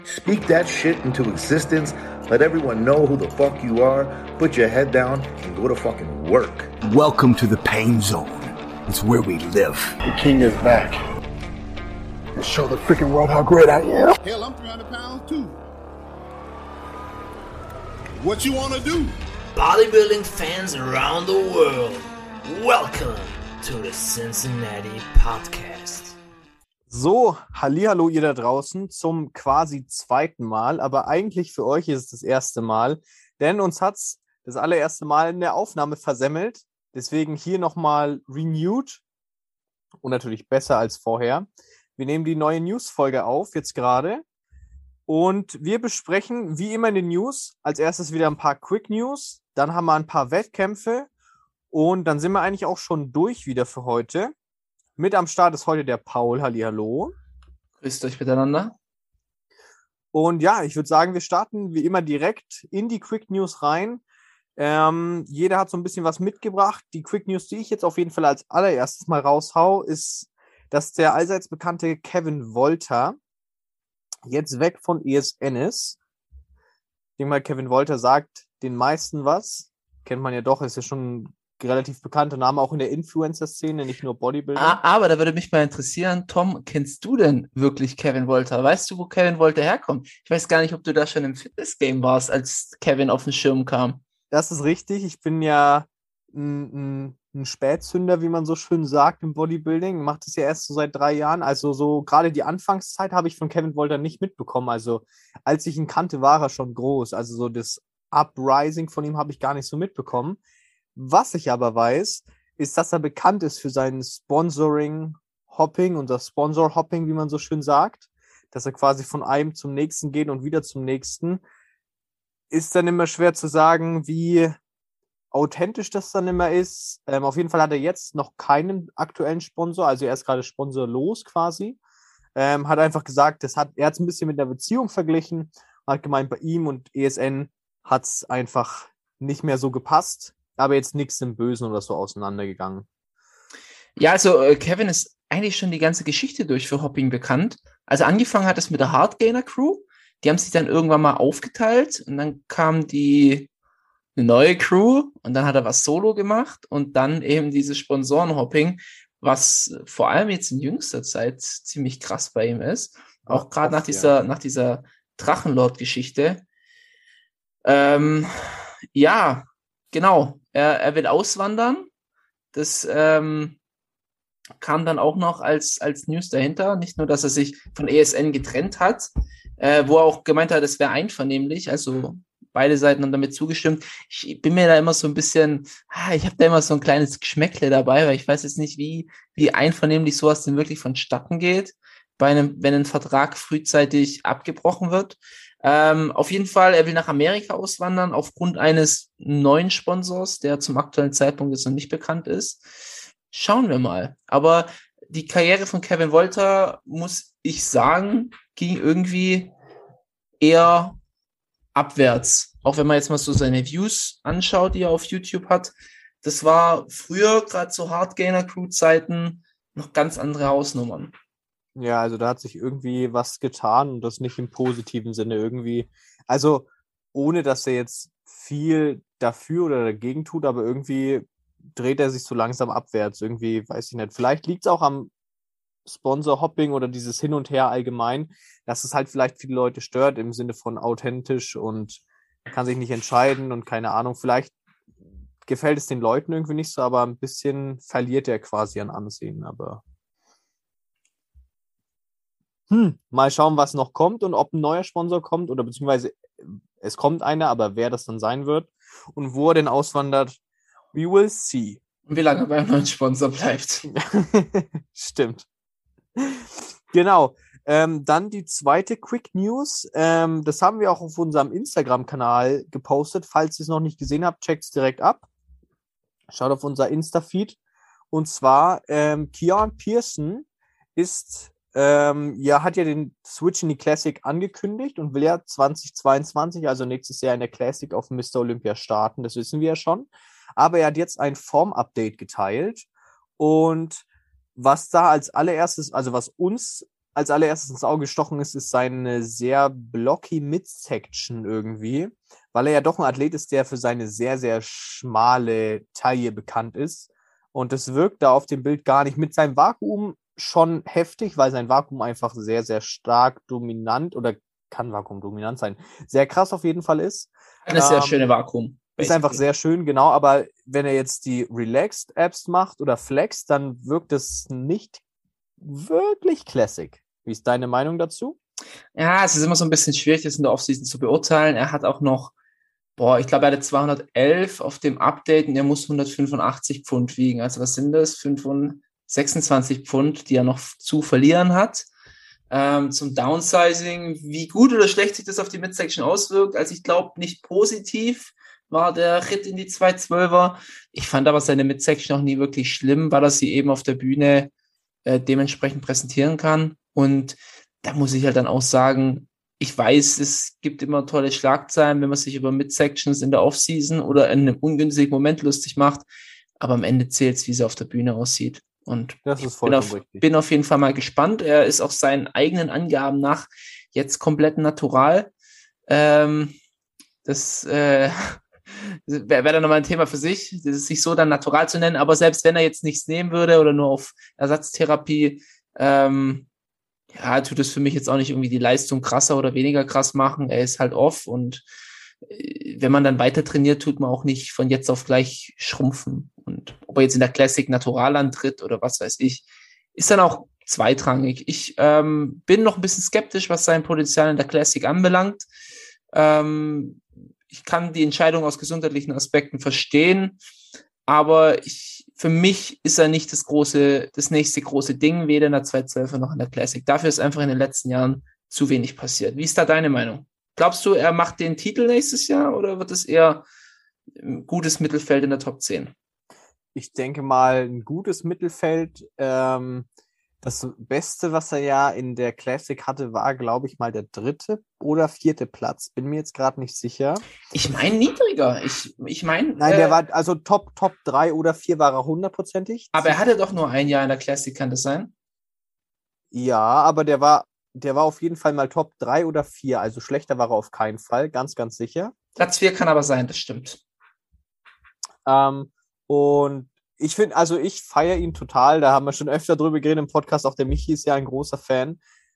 Speak that shit into existence. Let everyone know who the fuck you are. Put your head down and go to fucking work. Welcome to the Pain Zone. It's where we live. The king is back. And show the freaking world how great I am. Hell, I'm 300 pounds too. What you wanna do? Bodybuilding fans around the world, welcome to the Cincinnati Podcast. So, hallihallo ihr da draußen zum quasi zweiten Mal, aber eigentlich für euch ist es das erste Mal, denn uns hat's das allererste Mal in der Aufnahme versemmelt, deswegen hier nochmal renewed und natürlich besser als vorher. Wir nehmen die neue News-Folge auf, jetzt gerade, und wir besprechen, wie immer in den News, als erstes wieder ein paar Quick News, dann haben wir ein paar Wettkämpfe und dann sind wir eigentlich auch schon durch wieder für heute. Mit am Start ist heute der Paul. Hallihallo. Grüßt euch miteinander. Und ja, ich würde sagen, wir starten wie immer direkt in die Quick News rein. Jeder hat so ein bisschen was mitgebracht. Die Quick News, die ich jetzt auf jeden Fall als allererstes mal raushau, ist, dass der allseits bekannte Kevin Wolter jetzt weg von ESN ist. Ich denke mal, Kevin Wolter sagt den meisten was. Kennt man ja doch, ist ja schon relativ bekannter Name, auch in der Influencer-Szene, nicht nur Bodybuilding. Aber da würde mich mal interessieren, Tom, kennst du denn wirklich Kevin Wolter? Weißt du, wo Kevin Wolter herkommt? Ich weiß gar nicht, ob du da schon im Fitness-Game warst, als Kevin auf den Schirm kam. Das ist richtig. Ich bin ja ein Spätzünder, wie man so schön sagt, im Bodybuilding. Macht es ja erst so seit 3 Jahren. Also so gerade die Anfangszeit habe ich von Kevin Wolter nicht mitbekommen. Also als ich ihn kannte, war er schon groß. Also so das Uprising von ihm habe ich gar nicht so mitbekommen. Was ich aber weiß, ist, dass er bekannt ist für sein Sponsoring-Hopping und das Sponsor-Hopping, wie man so schön sagt. Dass er quasi von einem zum nächsten geht und wieder zum nächsten. Ist dann immer schwer zu sagen, wie authentisch das dann immer ist. Auf jeden Fall hat er jetzt noch keinen aktuellen Sponsor, also er ist gerade sponsorlos quasi. Hat einfach gesagt, er hat es ein bisschen mit einer Beziehung verglichen, hat gemeint, bei ihm und ESN hat es einfach nicht mehr so gepasst. Aber jetzt nichts im Bösen oder so auseinandergegangen. Ja, also Kevin ist eigentlich schon die ganze Geschichte durch für Hopping bekannt. Also angefangen hat es mit der Hardgainer Crew. Die haben sich dann irgendwann mal aufgeteilt und dann kam eine neue Crew und dann hat er was Solo gemacht und dann eben dieses Sponsorenhopping, was vor allem jetzt in jüngster Zeit ziemlich krass bei ihm ist. Auch gerade nach dieser Drachenlord-Geschichte. Ja, genau. Er will auswandern. Das kam dann auch noch als News dahinter. Nicht nur, dass er sich von ESN getrennt hat, wo er auch gemeint hat, es wäre einvernehmlich. Also beide Seiten haben damit zugestimmt. Ich bin mir da immer so ein bisschen, ich habe da immer so ein kleines Geschmäckle dabei, weil ich weiß jetzt nicht, wie einvernehmlich sowas denn wirklich vonstatten geht, wenn ein Vertrag frühzeitig abgebrochen wird. Auf jeden Fall, er will nach Amerika auswandern aufgrund eines neuen Sponsors, der zum aktuellen Zeitpunkt jetzt noch nicht bekannt ist. Schauen wir mal. Aber die Karriere von Kevin Wolter, muss ich sagen, ging irgendwie eher abwärts. Auch wenn man jetzt mal so seine Views anschaut, die er auf YouTube hat. Das war früher, gerade zu Hardgainer Crew Zeiten, noch ganz andere Hausnummern. Ja, also da hat sich irgendwie was getan und das nicht im positiven Sinne irgendwie. Also ohne, dass er jetzt viel dafür oder dagegen tut, aber irgendwie dreht er sich so langsam abwärts. Irgendwie, weiß ich nicht. Vielleicht liegt es auch am Sponsor-Hopping oder dieses Hin und Her allgemein, dass es halt vielleicht viele Leute stört im Sinne von authentisch und kann sich nicht entscheiden und keine Ahnung. Vielleicht gefällt es den Leuten irgendwie nicht so, aber ein bisschen verliert er quasi an Ansehen, aber mal schauen, was noch kommt und ob ein neuer Sponsor kommt oder beziehungsweise es kommt einer, aber wer das dann sein wird und wo er denn auswandert, we will see. Und wie lange beim neuen Sponsor bleibt. Stimmt. Genau. Dann die zweite Quick News. Das haben wir auch auf unserem Instagram-Kanal gepostet. Falls ihr es noch nicht gesehen habt, checkt es direkt ab. Schaut auf unser Insta-Feed. Und zwar Keon Pearson hat ja den Switch in die Classic angekündigt und will ja 2022, also nächstes Jahr in der Classic auf Mr. Olympia starten, das wissen wir ja schon. Aber er hat jetzt ein Form-Update geteilt und was da als allererstes, also was uns als allererstes ins Auge gestochen ist, ist seine sehr blocky Midsection irgendwie, weil er ja doch ein Athlet ist, der für seine sehr, sehr schmale Taille bekannt ist. Und das wirkt da auf dem Bild gar nicht. Mit seinem Vakuum schon heftig, weil sein Vakuum einfach sehr, sehr stark dominant oder kann Vakuum dominant sein. Sehr krass auf jeden Fall ist. Eine sehr schöne Vakuum. Ist einfach sehr schön, genau. Aber wenn er jetzt die Relaxed Apps macht oder Flex, dann wirkt es nicht wirklich Classic. Wie ist deine Meinung dazu? Ja, es ist immer so ein bisschen schwierig, das in der Offseason zu beurteilen. Er hat auch noch, ich glaube, er hatte 211 auf dem Update und er muss 185 Pfund wiegen. Also was sind das? 26 Pfund, die er noch zu verlieren hat. Zum Downsizing, wie gut oder schlecht sich das auf die Midsection auswirkt. Also ich glaube, nicht positiv war der Ritt in die 212er. Ich fand aber seine Midsection auch nie wirklich schlimm, weil er sie eben auf der Bühne dementsprechend präsentieren kann. Und da muss ich halt dann auch sagen, ich weiß, es gibt immer tolle Schlagzeilen, wenn man sich über Midsections in der Offseason oder in einem ungünstigen Moment lustig macht, aber am Ende zählt es, wie sie auf der Bühne aussieht. Und das ist bin auf jeden Fall mal gespannt. Er ist auch seinen eigenen Angaben nach jetzt komplett natural. Das wäre dann nochmal ein Thema für sich, das ist sich so dann natural zu nennen, aber selbst wenn er jetzt nichts nehmen würde oder nur auf Ersatztherapie, tut es für mich jetzt auch nicht irgendwie die Leistung krasser oder weniger krass machen. Er ist halt off und wenn man dann weiter trainiert, tut man auch nicht von jetzt auf gleich schrumpfen. Und ob er jetzt in der Classic natural antritt oder was weiß ich, ist dann auch zweitrangig. Ich bin noch ein bisschen skeptisch, was sein Potenzial in der Classic anbelangt. Ich kann die Entscheidung aus gesundheitlichen Aspekten verstehen, aber für mich ist er nicht das nächste große Ding, weder in der 212er noch in der Classic. Dafür ist einfach in den letzten Jahren zu wenig passiert. Wie ist da deine Meinung? Glaubst du, er macht den Titel nächstes Jahr oder wird es eher ein gutes Mittelfeld in der Top 10? Ich denke mal, ein gutes Mittelfeld. Das Beste, was er ja in der Classic hatte, war, glaube ich, mal der 3. oder 4. Platz. Bin mir jetzt gerade nicht sicher. Ich meine niedriger. Ich meine. Nein, der war, also Top 3 oder 4 war er hundertprozentig. Aber er hatte doch nur ein Jahr in der Classic, kann das sein? Ja, aber der war auf jeden Fall mal Top 3 oder 4. Also schlechter war er auf keinen Fall, ganz, ganz sicher. Platz 4 kann aber sein, das stimmt. Und ich finde, also ich feiere ihn total. Da haben wir schon öfter drüber geredet im Podcast. Auch der Michi ist ja ein großer Fan.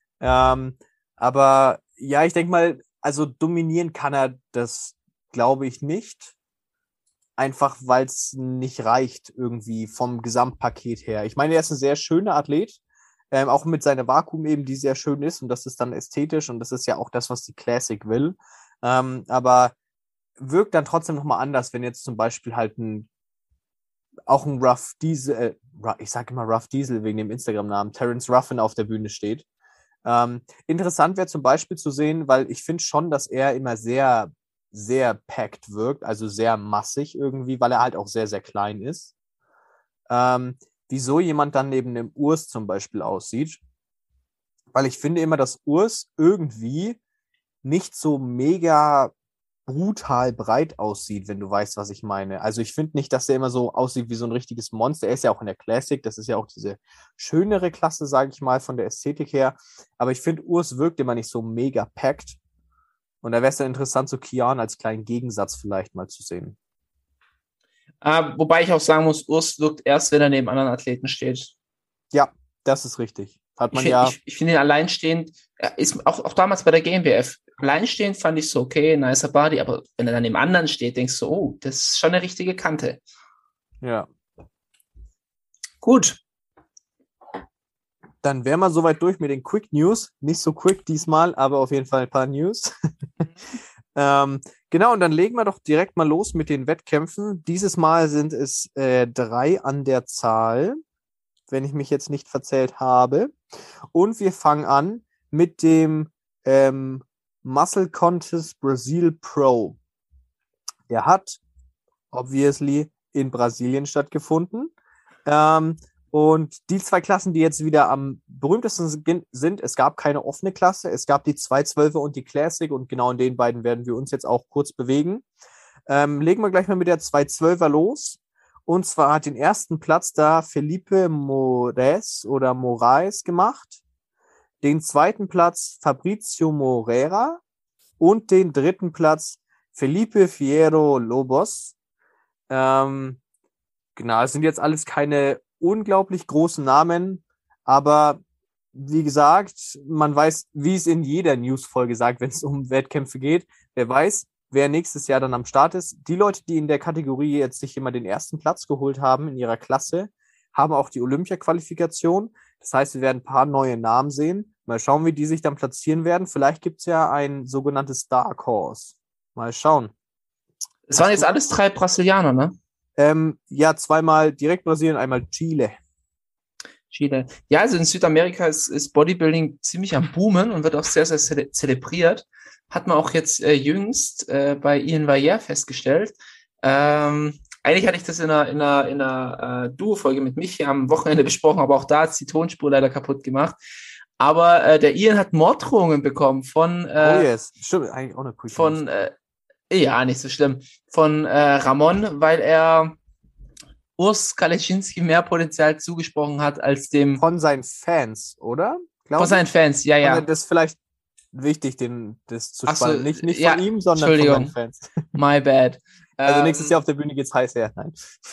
Aber ja, ich denke mal, also dominieren kann er das, glaube ich, nicht. Einfach, weil es nicht reicht irgendwie vom Gesamtpaket her. Ich meine, er ist ein sehr schöner Athlet. Auch mit seiner Vakuum eben, die sehr schön ist. Und das ist dann ästhetisch. Und das ist ja auch das, was die Classic will. Aber wirkt dann trotzdem nochmal anders, wenn jetzt zum Beispiel halt auch ein Rough Diesel, ich sage immer Rough Diesel wegen dem Instagram-Namen, Terence Ruffin auf der Bühne steht. Interessant wäre zum Beispiel zu sehen, weil ich finde schon, dass er immer sehr, sehr packed wirkt, also sehr massig irgendwie, weil er halt auch sehr, sehr klein ist. Wieso jemand dann neben dem Urs zum Beispiel aussieht, weil ich finde immer, dass Urs irgendwie nicht so mega brutal breit aussieht, wenn du weißt, was ich meine. Also ich finde nicht, dass er immer so aussieht wie so ein richtiges Monster. Er ist ja auch in der Classic, das ist ja auch diese schönere Klasse, sage ich mal, von der Ästhetik her. Aber ich finde, Urs wirkt immer nicht so mega packed. Und da wäre es dann interessant, so Kian als kleinen Gegensatz vielleicht mal zu sehen. Wobei ich auch sagen muss, Urs wirkt erst, wenn er neben anderen Athleten steht. Ja, das ist richtig. Ich finde ihn alleinstehend, ist auch damals bei der GmbF, alleinstehend fand ich so, okay, nicer Body, aber wenn er dann neben anderen steht, denkst du, oh, das ist schon eine richtige Kante. Ja. Gut. Dann wären wir soweit durch mit den Quick News. Nicht so quick diesmal, aber auf jeden Fall ein paar News. Genau, und dann legen wir doch direkt mal los mit den Wettkämpfen. Dieses Mal sind es 3 an der Zahl, wenn ich mich jetzt nicht verzählt habe. Und wir fangen an mit dem Muscle Contest Brazil Pro. Der hat obviously in Brasilien stattgefunden. Und die 2 Klassen, die jetzt wieder am berühmtesten sind, es gab keine offene Klasse, es gab die 212er und die Classic und genau in den beiden werden wir uns jetzt auch kurz bewegen. Legen wir gleich mal mit der 212er los. Und zwar hat den ersten Platz da Felipe Moraes gemacht. den zweiten Platz Fabrizio Moreira und den dritten Platz Felipe Fierro Lobos. Genau, es sind jetzt alles keine unglaublich großen Namen, aber wie gesagt, man weiß, wie es in jeder News-Folge sagt, wenn es um Wettkämpfe geht, wer weiß, wer nächstes Jahr dann am Start ist. Die Leute, die in der Kategorie jetzt sich immer den ersten Platz geholt haben in ihrer Klasse, haben auch die Olympia-Qualifikation. Das heißt, wir werden ein paar neue Namen sehen. Mal schauen, wie die sich dann platzieren werden. Vielleicht gibt es ja ein sogenanntes Dark Horse. Mal schauen. Es waren jetzt alles 3 Brasilianer, ne? Ja, zweimal direkt Brasilien, einmal Chile. Chile. Ja, also in Südamerika ist Bodybuilding ziemlich am Boomen und wird auch sehr, sehr zelebriert. Hat man auch jetzt jüngst bei Ian Valliere festgestellt. Eigentlich hatte ich das in einer Duo-Folge mit Michi am Wochenende besprochen, aber auch da hat die Tonspur leider kaputt gemacht. Aber der Ian hat Morddrohungen bekommen von oh yes, stimmt, eigentlich auch eine coole von ja, nicht so schlimm, von Ramon, weil er Urs Kaleschinski mehr Potenzial zugesprochen hat als dem von seinen Fans, oder? Von seinen Fans, ja, ja. Also das ist vielleicht wichtig, das zu spannen. Nicht ja, von ihm, sondern von seinen Fans. My bad. Also nächstes Jahr auf der Bühne geht's heiß her. Nein.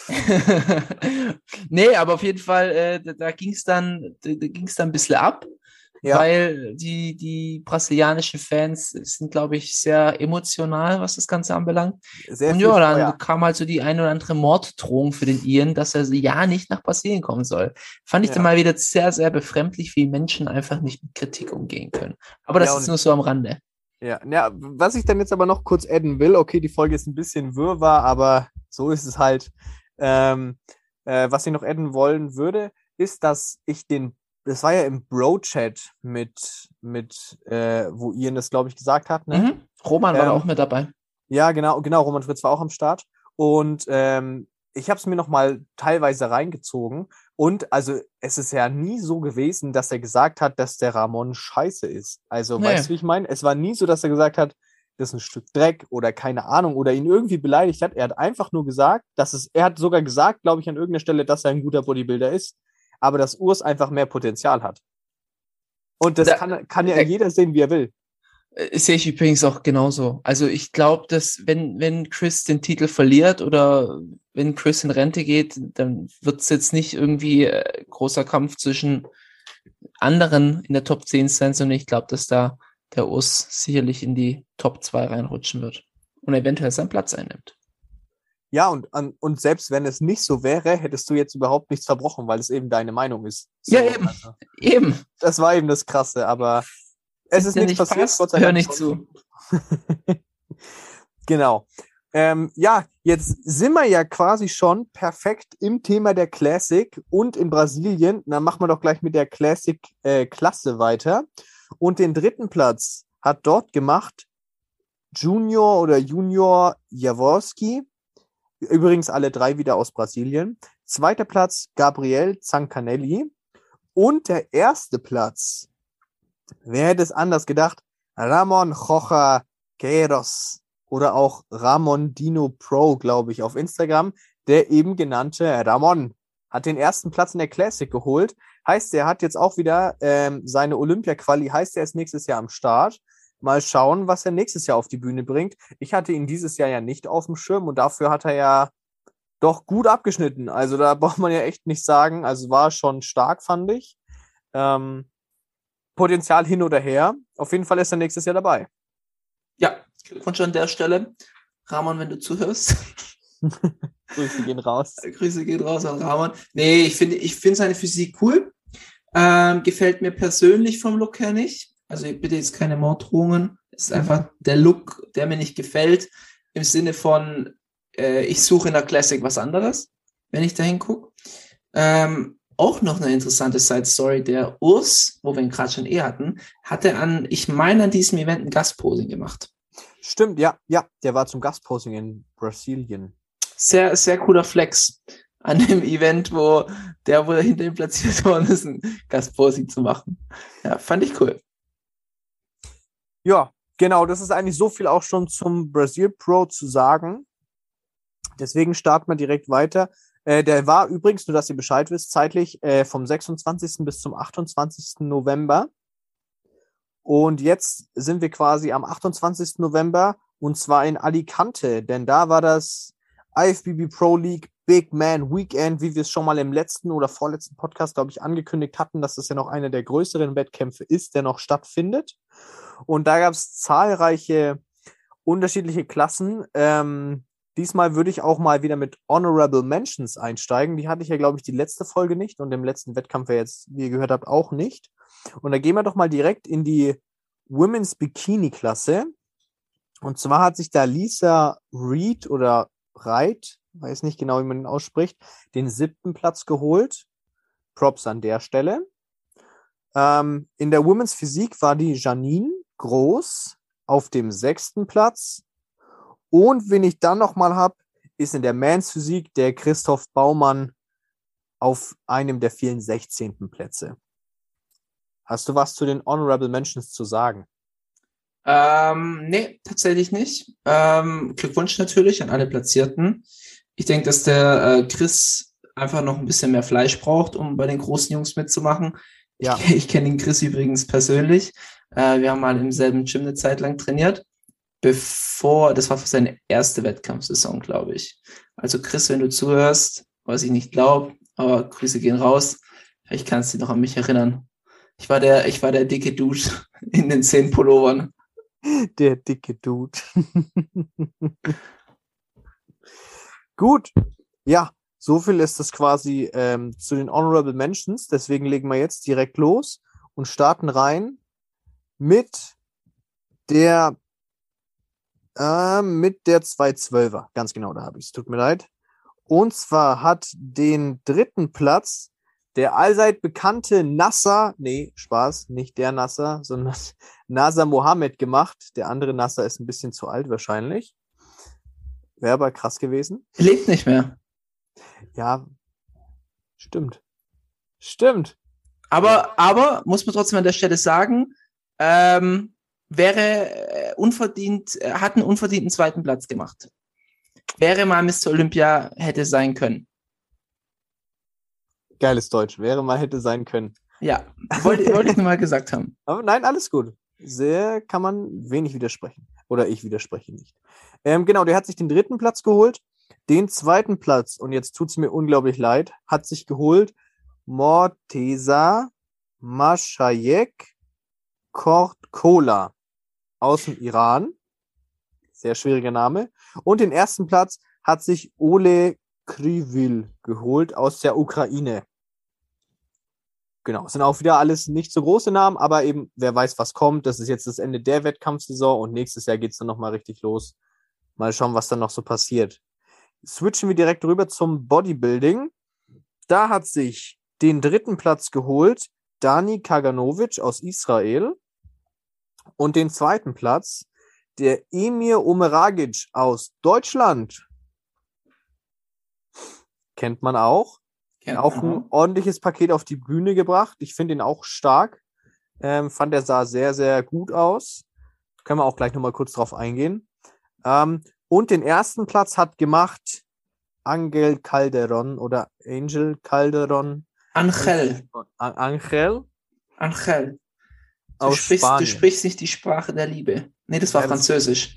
Nee, aber auf jeden Fall, da ging's dann ein bisschen ab, ja. Weil die brasilianischen Fans sind, glaube ich, sehr emotional, was das Ganze anbelangt. Sehr und viel ja, dann Feuer. kam halt so die eine oder andere Morddrohung für den Ian, dass er ja nicht nach Brasilien kommen soll. Fand ich dann mal wieder sehr, sehr befremdlich, wie Menschen einfach nicht mit Kritik umgehen können. Aber das ist nur so am Rande. Ja, was ich dann jetzt aber noch kurz adden will, okay, die Folge ist ein bisschen Wirrwarr, aber so ist es halt. Was ich noch adden wollen würde, ist, dass ich das war ja im Bro-Chat mit wo Ian das, glaube ich, gesagt hat, ne? Mhm. Roman war auch mit dabei. Ja, genau, Roman Fritz war auch am Start. Und ich habe es mir nochmal teilweise reingezogen. Und also es ist ja nie so gewesen, dass er gesagt hat, dass der Ramon scheiße ist. Also, weißt du, wie ich meine? Es war nie so, dass er gesagt hat, das ist ein Stück Dreck oder keine Ahnung oder ihn irgendwie beleidigt hat. Er hat einfach nur gesagt, er hat sogar gesagt, glaube ich, an irgendeiner Stelle, dass er ein guter Bodybuilder ist, aber dass Urs einfach mehr Potenzial hat. Und das kann ja jeder sehen, wie er will. Sehe ich übrigens auch genauso. Also ich glaube, dass wenn Chris den Titel verliert oder wenn Chris in Rente geht, dann wird es jetzt nicht irgendwie großer Kampf zwischen anderen in der Top 10 sein, sondern ich glaube, dass da der Urs sicherlich in die Top 2 reinrutschen wird und eventuell seinen Platz einnimmt. Ja, und selbst wenn es nicht so wäre, hättest du jetzt überhaupt nichts verbrochen, weil es eben deine Meinung ist. So, ja, eben. Also, eben. Das war eben das Krasse, aber es ist nichts passiert. Gott sei Dank. Hör nicht zu. Genau. Ja, jetzt sind wir ja quasi schon perfekt im Thema der Classic und in Brasilien. Dann machen wir doch gleich mit der Classic-Klasse weiter. Und den dritten Platz hat dort gemacht Junior Jaworski. Übrigens alle 3 wieder aus Brasilien. Zweiter Platz Gabriel Zancanelli. Und der erste Platz, wer hätte es anders gedacht, Ramon Rocha Queiroz oder auch Ramon Dino Pro, glaube ich, auf Instagram. Der eben genannte Ramon hat den ersten Platz in der Classic geholt. Heißt, er hat jetzt auch wieder seine Olympia-Quali, heißt, er ist nächstes Jahr am Start. Mal schauen, was er nächstes Jahr auf die Bühne bringt. Ich hatte ihn dieses Jahr ja nicht auf dem Schirm und dafür hat er ja doch gut abgeschnitten. Also da braucht man ja echt nicht sagen. Also war schon stark, fand ich. Potenzial hin oder her. Auf jeden Fall ist er nächstes Jahr dabei. Ja, Glückwunsch an der Stelle. Ramon, wenn du zuhörst. Grüße gehen raus. Grüße gehen raus an Ramon. Nee, ich finde seine Physik cool. Gefällt mir persönlich vom Look her nicht. Also bitte jetzt keine Morddrohungen. Es ist einfach der Look, der mir nicht gefällt. Im Sinne von, ich suche in der Classic was anderes, wenn ich da hingucke. Auch noch eine interessante Side-Story. Der Urs, wo wir ihn gerade schon hatten, hatte an diesem Event ein Gastposing gemacht. Stimmt, ja. Der war zum Gastposing in Brasilien. Sehr, sehr cooler Flex an dem Event, wo hinter ihm platziert worden ist, ein Gastposing zu machen. Ja, fand ich cool. Ja, genau, das ist eigentlich so viel auch schon zum Brazil Pro zu sagen. Deswegen starten wir direkt weiter. Der war übrigens, nur dass ihr Bescheid wisst, zeitlich vom 26. bis zum 28. November. Und jetzt sind wir quasi am 28. November und zwar in Alicante, denn da war das IFBB Pro League Big Man Weekend, wie wir es schon mal im letzten oder vorletzten Podcast, glaube ich, angekündigt hatten, dass das ja noch einer der größeren Wettkämpfe ist, der noch stattfindet. Und da gab es zahlreiche unterschiedliche Klassen. Diesmal würde ich auch mal wieder mit Honorable Mentions einsteigen. Die hatte ich ja, glaube ich, die letzte Folge nicht und im letzten Wettkampf ja jetzt, wie ihr gehört habt, auch nicht. Und da gehen wir doch mal direkt in die Women's Bikini-Klasse. Und zwar hat sich da Lisa Reed oder Reit, weiß nicht genau, wie man ihn ausspricht, den 7. Platz geholt. Props an der Stelle. In der Women's Physik war die Janine Groß auf dem 6. Platz. Und wen ich dann nochmal habe, ist in der Men's Physik der Christoph Baumann auf einem der vielen 16. Plätze. Hast du was zu den Honorable Mentions zu sagen? Nee, tatsächlich nicht. Glückwunsch natürlich an alle Platzierten. Ich denke, dass der Chris einfach noch ein bisschen mehr Fleisch braucht, um bei den großen Jungs mitzumachen. Ja. Ich kenne den Chris übrigens persönlich. Wir haben mal im selben Gym eine Zeit lang trainiert. Das war für seine erste Wettkampfsaison, glaube ich. Also Chris, wenn du zuhörst, was ich nicht glaube, aber Grüße gehen raus. Vielleicht kannst du dich noch an mich erinnern. Ich war der dicke Dude in den 10 Pullovern. Der dicke Dude. Gut. Ja, so viel ist das quasi zu den Honorable Mentions. Deswegen legen wir jetzt direkt los und starten rein mit der 212er. Ganz genau, da habe ich es. Tut mir leid. Und zwar hat den 3. Platz der allseit bekannte Nasser, Spaß, nicht der Nasser, sondern Nasser Mohammed gemacht. Der andere Nasser ist ein bisschen zu alt wahrscheinlich. Wäre aber krass gewesen. Lebt nicht mehr. Ja, stimmt. Aber muss man trotzdem an der Stelle sagen, wäre unverdient, hat einen unverdienten 2. Platz gemacht. Wäre mal Mr. Olympia hätte sein können. Geiles Deutsch. Wäre mal hätte sein können. Ja, wollte ich nur mal gesagt haben. Aber nein, alles gut. Sehr kann man wenig widersprechen. Oder ich widerspreche nicht. Genau, der hat sich den 3. Platz geholt. Den 2. Platz, und jetzt tut's mir unglaublich leid, hat sich geholt Morteza Mashayek Kortkola aus dem Iran. Sehr schwieriger Name. Und den 1. Platz hat sich Ole Krivil geholt aus der Ukraine. Genau, sind auch wieder alles nicht so große Namen, aber eben, wer weiß, was kommt. Das ist jetzt das Ende der Wettkampfsaison und nächstes Jahr geht's dann nochmal richtig los. Mal schauen, was dann noch so passiert. Switchen wir direkt rüber zum Bodybuilding. Da hat sich den 3. Platz geholt Dani Kaganovic aus Israel und den 2. Platz der Emir Omeragic aus Deutschland. Kennt man auch. Auch ein ordentliches Paket auf die Bühne gebracht. Ich finde ihn auch stark. Fand, er sah sehr, sehr gut aus. Können wir auch gleich nochmal kurz drauf eingehen. Und den 1. Platz hat gemacht Angel Calderon oder Angel Calderon. Angel. Aus Spanien. Du sprichst nicht die Sprache der Liebe. Nee, das war ja, Französisch.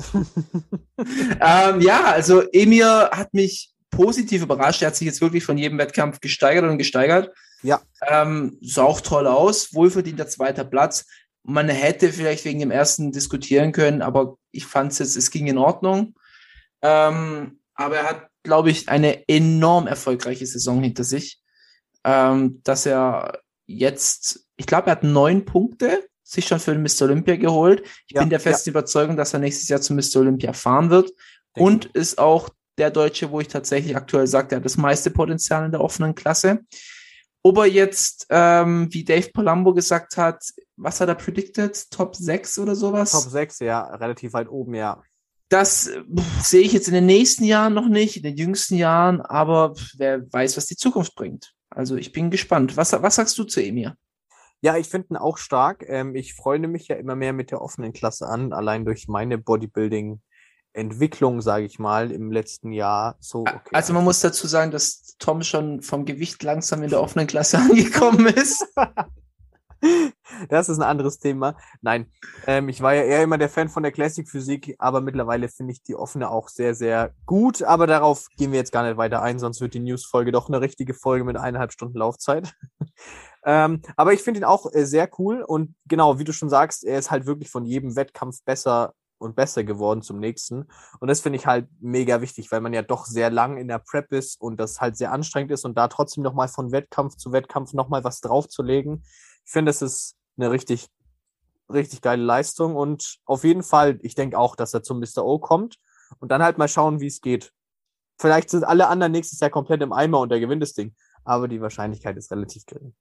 Also Emir hat mich positiv überrascht. Er hat sich jetzt wirklich von jedem Wettkampf gesteigert. Ja. Sah auch toll aus. Wohlverdienter 2. Platz. Man hätte vielleicht wegen dem 1. diskutieren können, aber ich fand es ging in Ordnung. Aber er hat, glaube ich, eine enorm erfolgreiche Saison hinter sich. Dass er jetzt, ich glaube, er hat 9 Punkte sich schon für den Mr. Olympia geholt. Ich bin der festen Überzeugung, dass er nächstes Jahr zum Mr. Olympia fahren wird. Und ist auch der Deutsche, wo ich tatsächlich aktuell sage, der hat das meiste Potenzial in der offenen Klasse. Ob er jetzt, wie Dave Palumbo gesagt hat, was hat er predicted? Top 6 oder sowas? Top 6, ja, relativ weit oben, ja. Das sehe ich jetzt in den nächsten Jahren noch nicht, in den jüngsten Jahren, aber wer weiß, was die Zukunft bringt. Also ich bin gespannt. Was sagst du zu Emir? Ja, ich finde ihn auch stark. Ich freue mich ja immer mehr mit der offenen Klasse an, allein durch meine Bodybuilding-Entwicklung, sage ich mal, im letzten Jahr. So, okay. Also man muss dazu sagen, dass Tom schon vom Gewicht langsam in der offenen Klasse angekommen ist. Das ist ein anderes Thema. Nein, ich war ja eher immer der Fan von der Classic-Physik, aber mittlerweile finde ich die offene auch sehr, sehr gut. Aber darauf gehen wir jetzt gar nicht weiter ein, sonst wird die News-Folge doch eine richtige Folge mit 1,5 Stunden Laufzeit. Aber ich finde ihn auch sehr cool und genau, wie du schon sagst, er ist halt wirklich von jedem Wettkampf besser und besser geworden zum nächsten. Und das finde ich halt mega wichtig, weil man ja doch sehr lang in der Prep ist und das halt sehr anstrengend ist und da trotzdem nochmal von Wettkampf zu Wettkampf nochmal was draufzulegen. Ich finde, das ist eine richtig, richtig geile Leistung und auf jeden Fall, ich denke auch, dass er zum Mr. O kommt und dann halt mal schauen, wie es geht. Vielleicht sind alle anderen nächstes Jahr komplett im Eimer und er gewinnt das Ding, aber die Wahrscheinlichkeit ist relativ gering.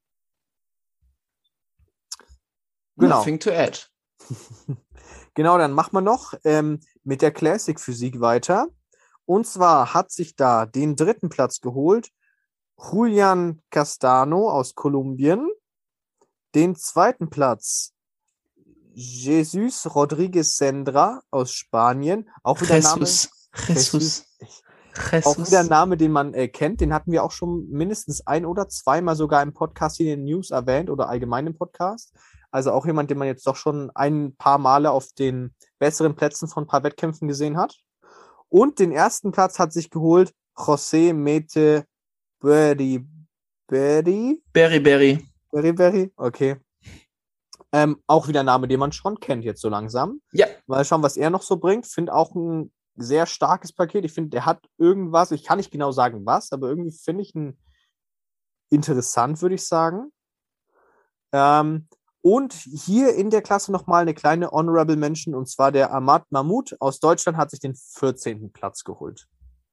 Genau. Nothing to add. Genau, dann machen wir noch mit der Classic-Physik weiter. Und zwar hat sich da den 3. Platz geholt Julian Castano aus Kolumbien. Den 2. Platz Jesus Rodriguez Sendra aus Spanien. Auch wieder Jesus. Auch wieder ein Name, den man kennt. Den hatten wir auch schon mindestens ein- oder zweimal sogar im Podcast hier in den News erwähnt oder allgemein im Podcast. Also auch jemand, den man jetzt doch schon ein paar Male auf den besseren Plätzen von ein paar Wettkämpfen gesehen hat. Und den 1. Platz hat sich geholt José Mete Berry, okay. Auch wieder ein Name, den man schon kennt jetzt so langsam. Ja. Mal schauen, was er noch so bringt. Finde auch ein sehr starkes Paket. Ich finde, der hat irgendwas, ich kann nicht genau sagen was, aber irgendwie finde ich ihn interessant, würde ich sagen. Und hier in der Klasse nochmal eine kleine Honorable Mention, und zwar der Ahmad Mahmoud aus Deutschland hat sich den 14. Platz geholt.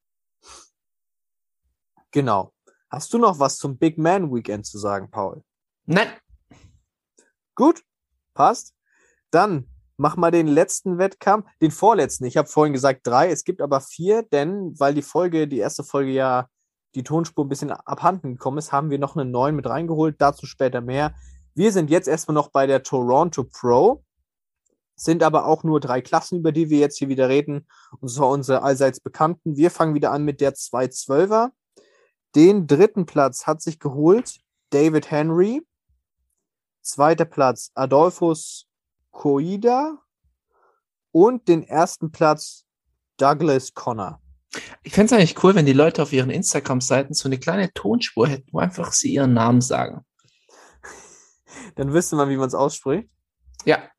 Genau. Hast du noch was zum Big Man Weekend zu sagen, Paul? Nein. Gut, passt. Dann mach mal den letzten Wettkampf, den vorletzten. Ich habe vorhin gesagt 3, es gibt aber 4, denn weil die erste Folge ja die Tonspur ein bisschen abhanden gekommen ist, haben wir noch einen neuen mit reingeholt, dazu später mehr. Wir sind jetzt erstmal noch bei der Toronto Pro, sind aber auch nur 3 Klassen, über die wir jetzt hier wieder reden, und zwar unsere allseits bekannten. Wir fangen wieder an mit der 212er. Den 3. Platz hat sich geholt David Henry. 2. Platz Adolphus Coida. Und den 1. Platz Douglas Connor. Ich fände es eigentlich cool, wenn die Leute auf ihren Instagram-Seiten so eine kleine Tonspur hätten, wo einfach sie ihren Namen sagen. Dann wüsste man, wie man es ausspricht. Ja.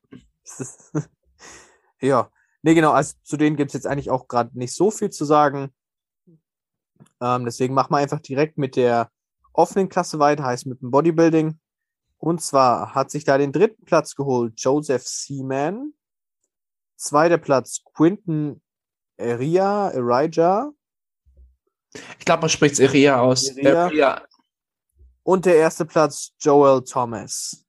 Ja. Nee, genau, also zu denen gibt es jetzt eigentlich auch gerade nicht so viel zu sagen. Deswegen machen wir einfach direkt mit der offenen Klasse weiter, heißt mit dem Bodybuilding. Und zwar hat sich da den 3. Platz geholt Joseph Seaman. 2. Platz Quinton Erija. Ich glaube, man spricht es Eria aus. Eria. Und der 1. Platz Joel Thomas.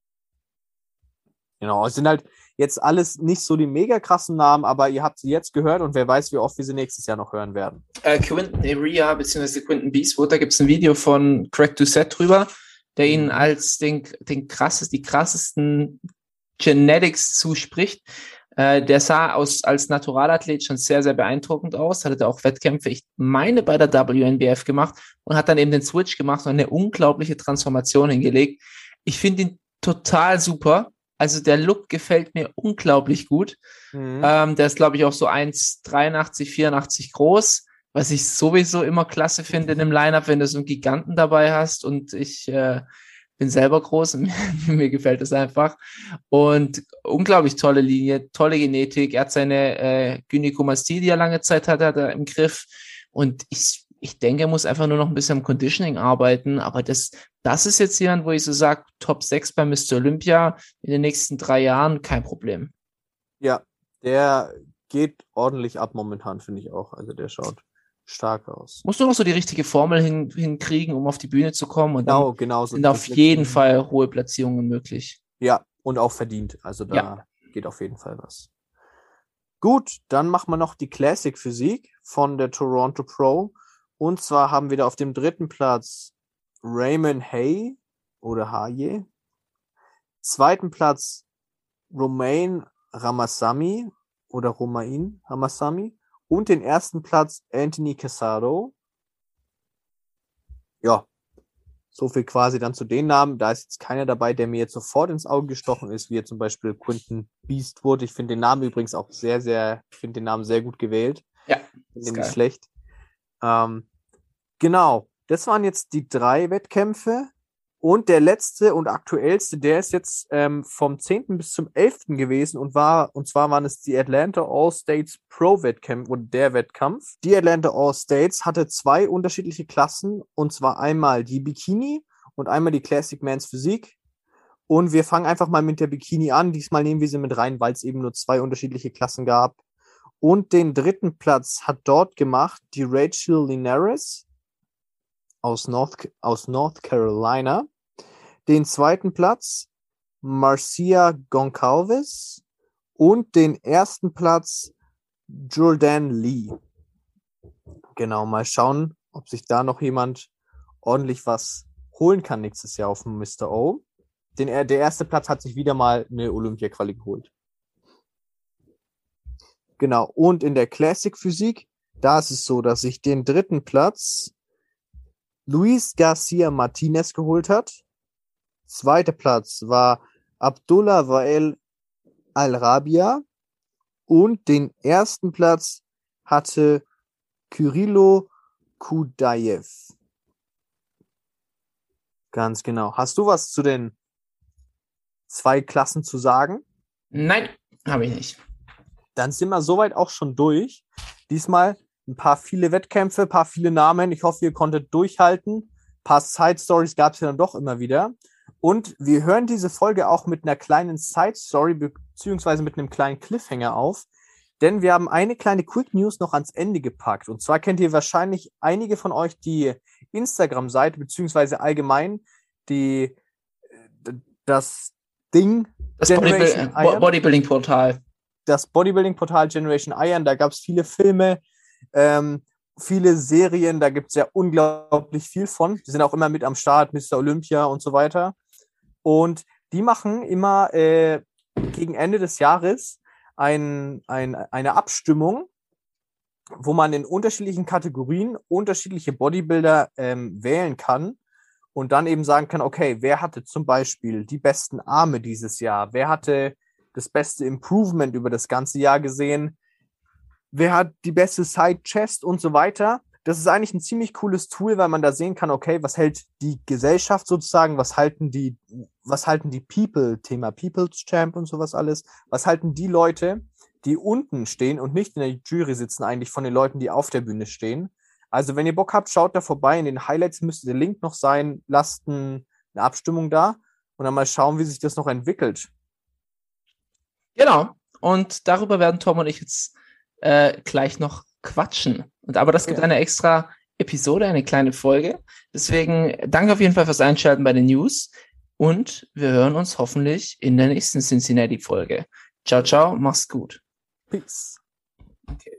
Genau, es sind halt jetzt alles nicht so die mega krassen Namen, aber ihr habt sie jetzt gehört und wer weiß, wie oft wir sie nächstes Jahr noch hören werden. Quinton Eria bzw. Quinton Beastwood, da gibt es ein Video von Craig Doucette drüber, der ihnen als die krassesten Genetics zuspricht. Der sah als Naturalathlet schon sehr, sehr beeindruckend aus, hatte auch Wettkämpfe, ich meine, bei der WNBF gemacht und hat dann eben den Switch gemacht und eine unglaubliche Transformation hingelegt. Ich finde ihn total super. Also der Look gefällt mir unglaublich gut. Mhm. Der ist, glaube ich, auch so 1,83, 84 groß, was ich sowieso immer klasse finde in einem Lineup, wenn du so einen Giganten dabei hast. Und ich bin selber groß und mir gefällt das einfach. Und unglaublich tolle Linie, tolle Genetik. Er hat seine Gynäkomastie, die er lange Zeit hatte, hat er im Griff. Und ich denke, er muss einfach nur noch ein bisschen am Conditioning arbeiten. Aber das ist jetzt jemand, wo ich so sage, Top 6 bei Mr. Olympia in den nächsten 3 Jahren, kein Problem. Ja, der geht ordentlich ab momentan, finde ich auch. Also der schaut stark aus. Musst du noch so die richtige Formel hinkriegen, um auf die Bühne zu kommen. Und genau. Sind auf jeden Fall hohe Platzierungen möglich. Ja, und auch verdient. Also da geht auf jeden Fall was. Gut, dann machen wir noch die Classic Physik von der Toronto Pro. Und zwar haben wir da auf dem 3. Platz Raymond Hay oder Haye. 2. Platz Romain Ramasamy oder Romain Ramasamy. Und den 1. Platz Anthony Casado. Ja, So viel quasi dann zu den Namen. Da ist jetzt keiner dabei, der mir jetzt sofort ins Auge gestochen ist, wie jetzt zum Beispiel Quentin Beastwood. Ich finde den Namen übrigens auch ich finde den Namen sehr gut gewählt. Ja, finde den nicht schlecht. Genau, das waren jetzt die 3 Wettkämpfe. Und der letzte und aktuellste, der ist jetzt vom 10. bis zum 11. gewesen und zwar waren es die Atlanta All-States Pro-Wettkämpfe oder der Wettkampf. Die Atlanta All-States hatte 2 unterschiedliche Klassen und zwar einmal die Bikini und einmal die Classic Men's Physik. Und wir fangen einfach mal mit der Bikini an. Diesmal nehmen wir sie mit rein, weil es eben nur 2 unterschiedliche Klassen gab. Und den 3. Platz hat dort gemacht die Rachel Linares aus North Carolina. Den 2. Platz Marcia Goncalves und den 1. Platz Jordan Lee. Genau, mal schauen, ob sich da noch jemand ordentlich was holen kann nächstes Jahr auf dem Mr. O. Der 1. Platz hat sich wieder mal eine Olympia-Quali geholt. Genau, und in der Classic Physik, da ist es so, dass sich den 3. Platz Luis Garcia Martinez geholt hat. 2. Platz war Abdullah Wael Al-Rabia und den 1. Platz hatte Kyrylo Kudayev. Ganz genau. Hast du was zu den 2 Klassen zu sagen? Nein, habe ich nicht. Dann sind wir soweit auch schon durch. Diesmal ein paar viele Wettkämpfe, ein paar viele Namen. Ich hoffe, ihr konntet durchhalten. Ein paar Side-Stories gab es ja dann doch immer wieder. Und wir hören diese Folge auch mit einer kleinen Side-Story beziehungsweise mit einem kleinen Cliffhanger auf. Denn wir haben eine kleine Quick News noch ans Ende gepackt. Und zwar kennt ihr wahrscheinlich einige von euch die Instagram-Seite beziehungsweise allgemein das Bodybuilding-Portal. Das Bodybuilding-Portal Generation Iron. Da gab es viele Filme, viele Serien, da gibt es ja unglaublich viel von. Die sind auch immer mit am Start, Mr. Olympia und so weiter. Und die machen immer gegen Ende des Jahres eine Abstimmung, wo man in unterschiedlichen Kategorien unterschiedliche Bodybuilder wählen kann und dann eben sagen kann, okay, wer hatte zum Beispiel die besten Arme dieses Jahr? Wer hatte das beste Improvement über das ganze Jahr gesehen? Wer hat die beste Side-Chest und so weiter? Das ist eigentlich ein ziemlich cooles Tool, weil man da sehen kann, okay, was hält die Gesellschaft sozusagen, was halten die People, Thema People's Champ und sowas alles, was halten die Leute, die unten stehen und nicht in der Jury sitzen, eigentlich von den Leuten, die auf der Bühne stehen. Also wenn ihr Bock habt, schaut da vorbei. In den Highlights müsste der Link noch sein. Lasst eine Abstimmung da und dann mal schauen, wie sich das noch entwickelt. Genau. Und darüber werden Tom und ich jetzt gleich noch quatschen. Aber das gibt eine extra Episode, eine kleine Folge. Deswegen danke auf jeden Fall fürs Einschalten bei den News und wir hören uns hoffentlich in der nächsten Cincinnati-Folge. Ciao, ciao, mach's gut. Peace. Okay.